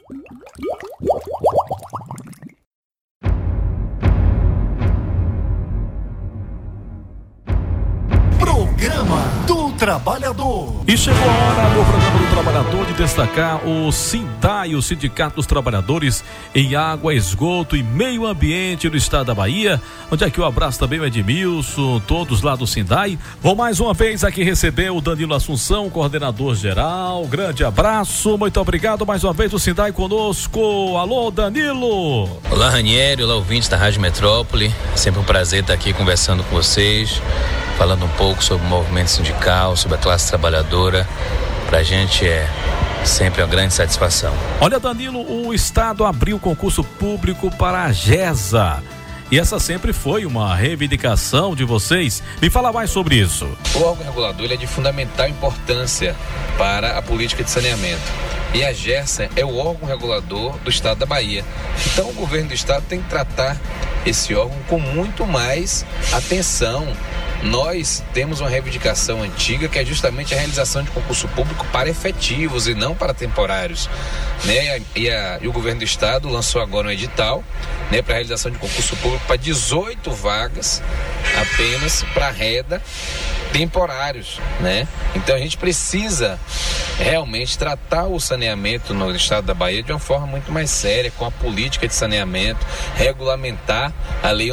Programa do Trabalhador. E chegou a hora do Programa do Trabalhador de destacar o SINDAI, o Sindicato dos Trabalhadores em Água, Esgoto e Meio Ambiente do Estado da Bahia, onde aqui o abraço também o Edmilson, todos lá do SINDAI. Vou mais uma vez aqui receber o Danilo Assunção, coordenador geral. Grande abraço, muito obrigado mais uma vez o SINDAI conosco. Alô, Danilo. Olá, Ranieri, olá, ouvintes da Rádio Metrópole. Sempre um prazer estar aqui conversando com vocês, falando um pouco sobre o movimento sindical, sobre a classe trabalhadora. Pra gente é sempre uma grande satisfação. Olha, Danilo, o Estado abriu concurso público para a GESA. E essa sempre foi uma reivindicação de vocês. Me fala mais sobre isso. O órgão regulador ele é de fundamental importância para a política de saneamento. E a GESA é o órgão regulador do Estado da Bahia. Então o governo do Estado tem que tratar esse órgão com muito mais atenção. Nós temos uma reivindicação antiga que é justamente a realização de concurso público para efetivos e não para temporários, né? E o governo do estado lançou agora um edital, né, para a realização de concurso público para 18 vagas apenas para reda temporários, né? Então a gente precisa realmente tratar o saneamento no estado da Bahia de uma forma muito mais séria, com a política de saneamento, regulamentar a Lei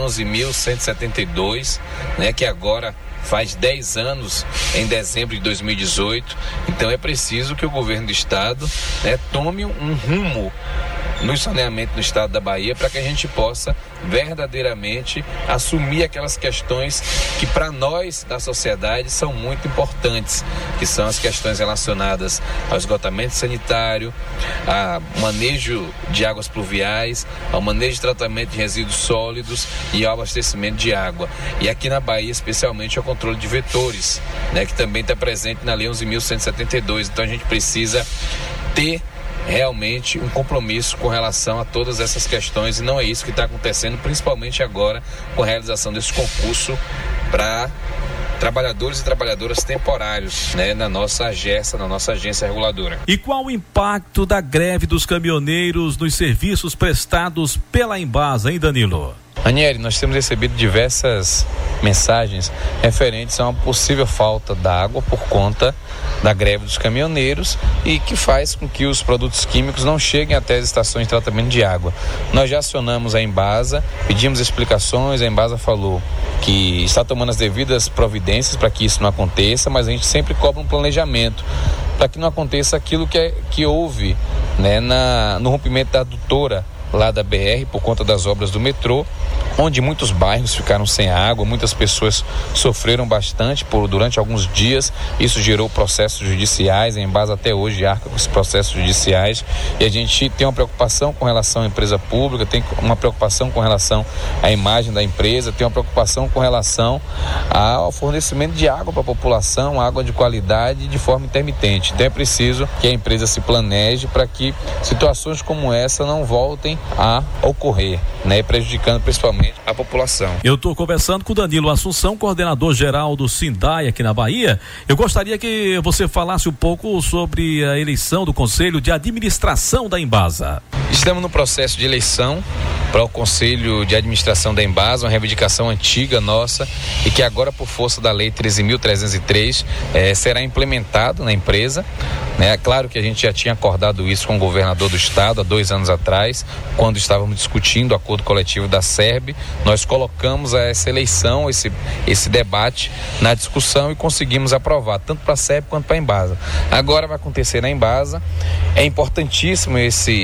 11.172, né, que agora faz 10 anos em dezembro de 2018. Então é preciso que o governo do estado, né, tome um rumo no saneamento no estado da Bahia, para que a gente possa verdadeiramente assumir aquelas questões que para nós da sociedade são muito importantes, que são as questões relacionadas ao esgotamento sanitário, ao manejo de águas pluviais, ao manejo de tratamento de resíduos sólidos e ao abastecimento de água. E aqui na Bahia, especialmente, ao controle de vetores, né, que também está presente na Lei 11.172. Então a gente precisa ter realmente um compromisso com relação a todas essas questões, e não é isso que está acontecendo, principalmente agora com a realização desse concurso para trabalhadores e trabalhadoras temporários, né, na nossa AGESA, na nossa agência reguladora. E qual o impacto da greve dos caminhoneiros nos serviços prestados pela Embasa, hein, Danilo? Ranieri, nós temos recebido diversas mensagens referentes a uma possível falta d'água por conta da greve dos caminhoneiros, e que faz com que os produtos químicos não cheguem até as estações de tratamento de água. Nós já acionamos a Embasa, pedimos explicações, a Embasa falou que está tomando as devidas providências para que isso não aconteça, mas a gente sempre cobra um planejamento para que não aconteça aquilo que houve, né, no rompimento da adutora lá da BR por conta das obras do metrô, onde muitos bairros ficaram sem água, muitas pessoas sofreram bastante durante alguns dias. Isso gerou processos judiciais, a Embasa até hoje arca com esses processos judiciais, e a gente tem uma preocupação com relação à empresa pública, tem uma preocupação com relação à imagem da empresa, tem uma preocupação com relação ao fornecimento de água para a população, água de qualidade de forma intermitente. Então é preciso que a empresa se planeje para que situações como essa não voltem a ocorrer, né, prejudicando principalmente a população. Eu estou conversando com o Danilo Assunção, coordenador geral do SINDAI aqui na Bahia. Eu gostaria que você falasse um pouco sobre a eleição do Conselho de Administração da Embasa. Estamos no processo de eleição para o Conselho de Administração da Embasa, uma reivindicação antiga nossa e que agora, por força da Lei 13.303, será implementado na empresa. É claro que a gente já tinha acordado isso com o governador do estado há 2 anos atrás, quando estávamos discutindo o acordo coletivo da SERB. Nós colocamos essa eleição, esse debate na discussão e conseguimos aprovar, tanto para a SERB quanto para a Embasa. Agora vai acontecer na Embasa. É importantíssimo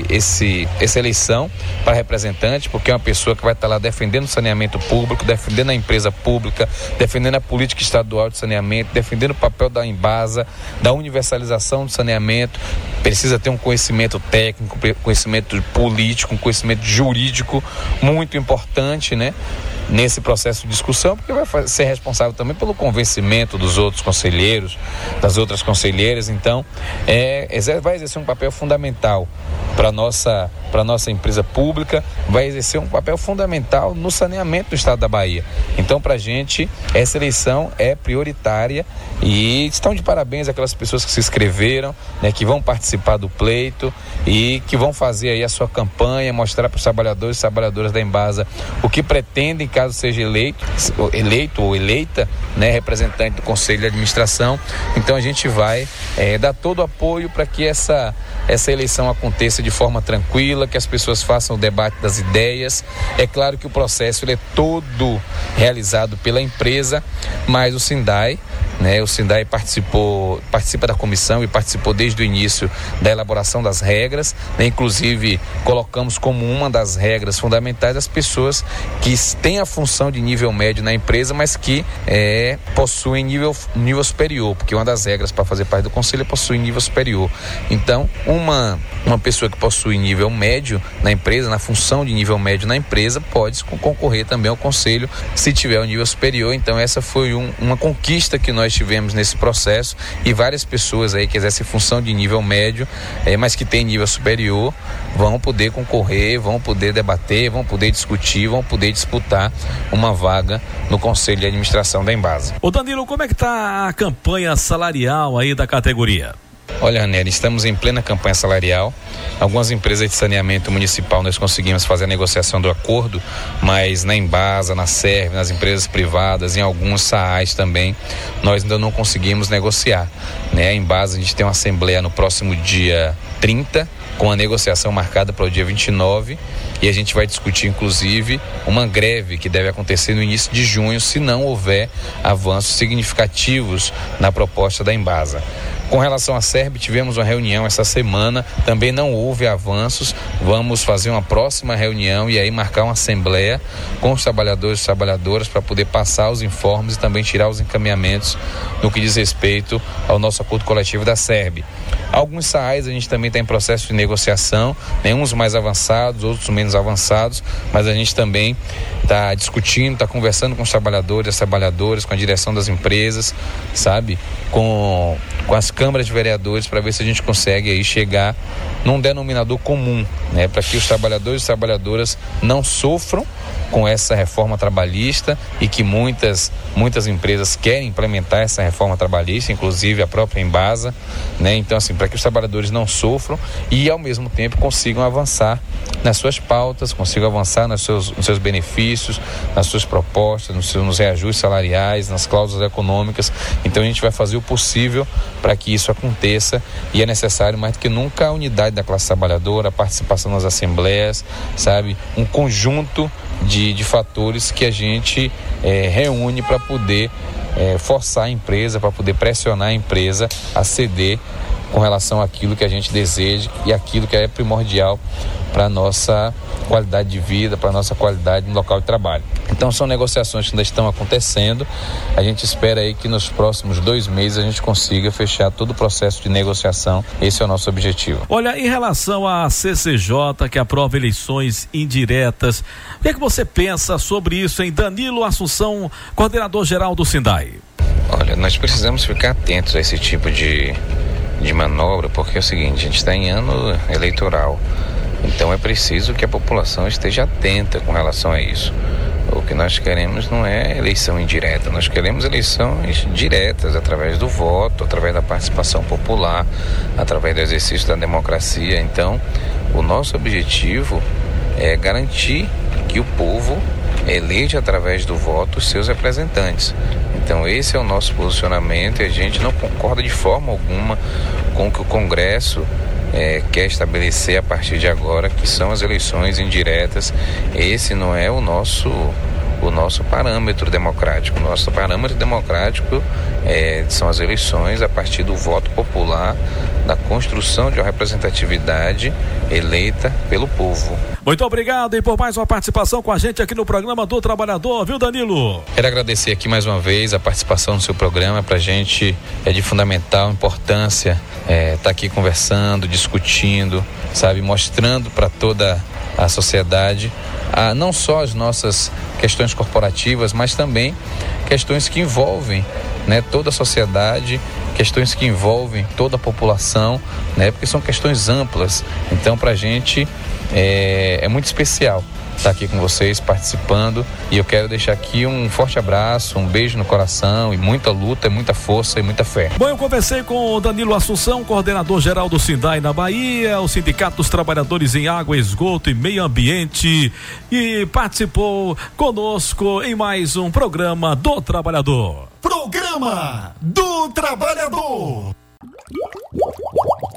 essa eleição para representante, porque é uma pessoa que vai estar lá defendendo o saneamento público, defendendo a empresa pública, defendendo a política estadual de saneamento, defendendo o papel da Embasa, da universalização do saneamento. Precisa ter um conhecimento técnico, conhecimento político, um conhecimento jurídico muito importante, né, nesse processo de discussão, porque vai ser responsável também pelo convencimento dos outros conselheiros, das outras conselheiras. Então vai exercer um papel fundamental para nossa empresa pública, vai exercer um papel fundamental no saneamento do estado da Bahia. Então, para a gente, essa eleição é prioritária e estão de parabéns aquelas pessoas que se inscreveram, né, que vão participar do pleito e que vão fazer aí a sua campanha, mostrar para os trabalhadores e trabalhadoras da Embasa o que pretendem caso seja eleito ou eleita, né, representante do Conselho de Administração. Então, a gente vai dar todo o apoio para que essa eleição aconteça de forma tranquila, que as pessoas façam o debate das ideias. É claro que o processo ele é todo realizado pela empresa, mas o SINDAI, né, o SINDAI participa da comissão e participou desde o início da elaboração das regras, né, inclusive colocamos como uma das regras fundamentais as pessoas que têm a função de nível médio na empresa, mas que possuem nível superior, porque uma das regras para fazer parte do conselho é possuir nível superior. Então, uma pessoa que possui nível médio na empresa, na função de nível médio na empresa, pode concorrer também ao conselho se tiver o nível superior. Então, essa foi uma conquista que nós tivemos nesse processo e várias pessoas aí que exercem função de nível médio, mas que têm nível superior, vão poder concorrer, vão poder debater, vão poder discutir, vão poder disputar uma vaga no Conselho de Administração da Embasa. Ô Danilo, como é que está a campanha salarial aí da categoria? Olha, Nery, estamos em plena campanha salarial. Algumas empresas de saneamento municipal nós conseguimos fazer a negociação do acordo, mas na Embasa, na Serv, nas empresas privadas, em alguns SAAs também, nós ainda não conseguimos negociar, né? A Embasa, a gente tem uma assembleia no próximo dia 30, com a negociação marcada para o dia 29, e a gente vai discutir, inclusive, uma greve que deve acontecer no início de junho, se não houver avanços significativos na proposta da Embasa. Com relação à SERB, tivemos uma reunião essa semana, também não houve avanços, vamos fazer uma próxima reunião e aí marcar uma assembleia com os trabalhadores e trabalhadoras para poder passar os informes e também tirar os encaminhamentos no que diz respeito ao nosso acordo coletivo da SERB. Alguns SAAs a gente também está em processo de negociação, uns mais avançados, outros menos avançados, mas a gente também está discutindo, está conversando com os trabalhadores, as trabalhadoras, com a direção das empresas, sabe? Com as câmaras de vereadores, para ver se a gente consegue aí chegar num denominador comum, né? Para que os trabalhadores e trabalhadoras não sofram com essa reforma trabalhista e que muitas empresas querem implementar essa reforma trabalhista, inclusive a própria Embasa, né? Então, assim, para que os trabalhadores não sofram e, ao mesmo tempo, consigam avançar nas suas pautas, consigam avançar nos seus benefícios, nas suas propostas, nos reajustes salariais, nas cláusulas econômicas. Então, a gente vai fazer o possível para que isso aconteça e é necessário, mais do que nunca, a unidade da classe trabalhadora, a participação nas assembleias, sabe? Um conjunto de fatores que a gente reúne para poder forçar a empresa, para poder pressionar a empresa a ceder com relação àquilo que a gente deseja e aquilo que é primordial para a nossa qualidade de vida, para a nossa qualidade no local de trabalho. Então são negociações que ainda estão acontecendo. A gente espera aí que nos próximos 2 meses a gente consiga fechar todo o processo de negociação. Esse é o nosso objetivo. Olha, em relação à CCJ, que aprova eleições indiretas, o que é que você pensa sobre isso, hein? Danilo Assunção, coordenador-geral do SINDAI. Olha, nós precisamos ficar atentos a esse tipo de manobra, porque é o seguinte, a gente está em ano eleitoral, então é preciso que a população esteja atenta com relação a isso. O que nós queremos não é eleição indireta, nós queremos eleições diretas através do voto, através da participação popular, através do exercício da democracia. Então, o nosso objetivo é garantir que o povo elege através do voto os seus representantes. Então esse é o nosso posicionamento e a gente não concorda de forma alguma com o que o Congresso quer estabelecer a partir de agora, que são as eleições indiretas. Esse não é o nosso parâmetro democrático. O nosso parâmetro democrático são as eleições a partir do voto popular, da construção de uma representatividade eleita pelo povo. Muito obrigado e por mais uma participação com a gente aqui no programa do Trabalhador, viu, Danilo? Quero agradecer aqui mais uma vez a participação no seu programa. Pra gente é de fundamental importância estar aqui conversando, discutindo, sabe, mostrando para toda a sociedade não só as nossas questões corporativas, mas também questões que envolvem né, toda a sociedade, questões que envolvem toda a população, né, porque são questões amplas. Então, para a gente é muito especial estar aqui com vocês participando, e eu quero deixar aqui um forte abraço, um beijo no coração e muita luta, muita força e muita fé. Bom, eu conversei com o Danilo Assunção, coordenador geral do SINDAI na Bahia, o Sindicato dos Trabalhadores em Água, Esgoto e Meio Ambiente, e participou conosco em mais um programa do Trabalhador. Programa do Trabalhador.